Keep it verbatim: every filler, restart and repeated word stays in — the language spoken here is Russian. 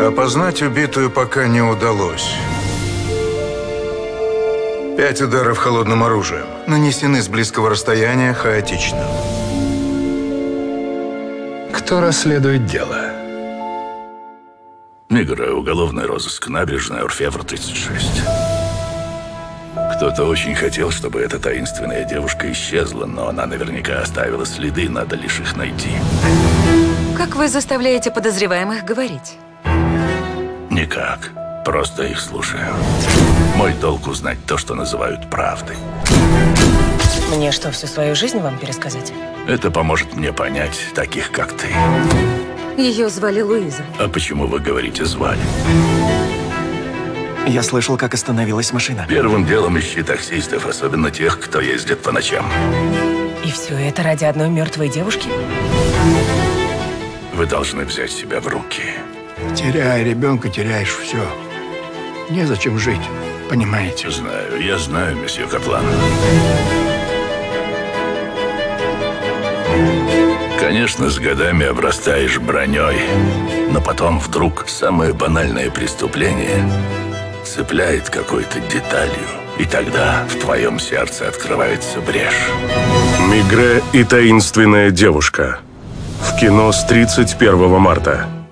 Опознать убитую пока не удалось. Пять ударов холодным оружием. Нанесены с близкого расстояния хаотично. Кто расследует дело? Мигре, уголовный розыск, набережная, Орфевр, тридцать шесть. Кто-то очень хотел, чтобы эта таинственная девушка исчезла, но она наверняка оставила следы, надо лишь их найти. Как вы заставляете подозреваемых говорить? Никак. Просто их слушаю. Мой долг узнать то, что называют правдой. Мне что, всю свою жизнь вам пересказать? Это поможет мне понять таких, как ты. Ее звали Луиза. А почему вы говорите «звали»? Я слышал, как остановилась машина. Первым делом ищи таксистов, особенно тех, кто ездит по ночам. И все это ради одной мертвой девушки? Вы должны взять себя в руки. Теряя ребенка, теряешь все. Незачем жить, понимаете? Знаю, я знаю, месье Каплан. Конечно, с годами обрастаешь броней, но потом вдруг самое банальное преступление цепляет какой-то деталью, и тогда в твоем сердце открывается брешь. Мигре и таинственная девушка. В кино с тридцать первого марта.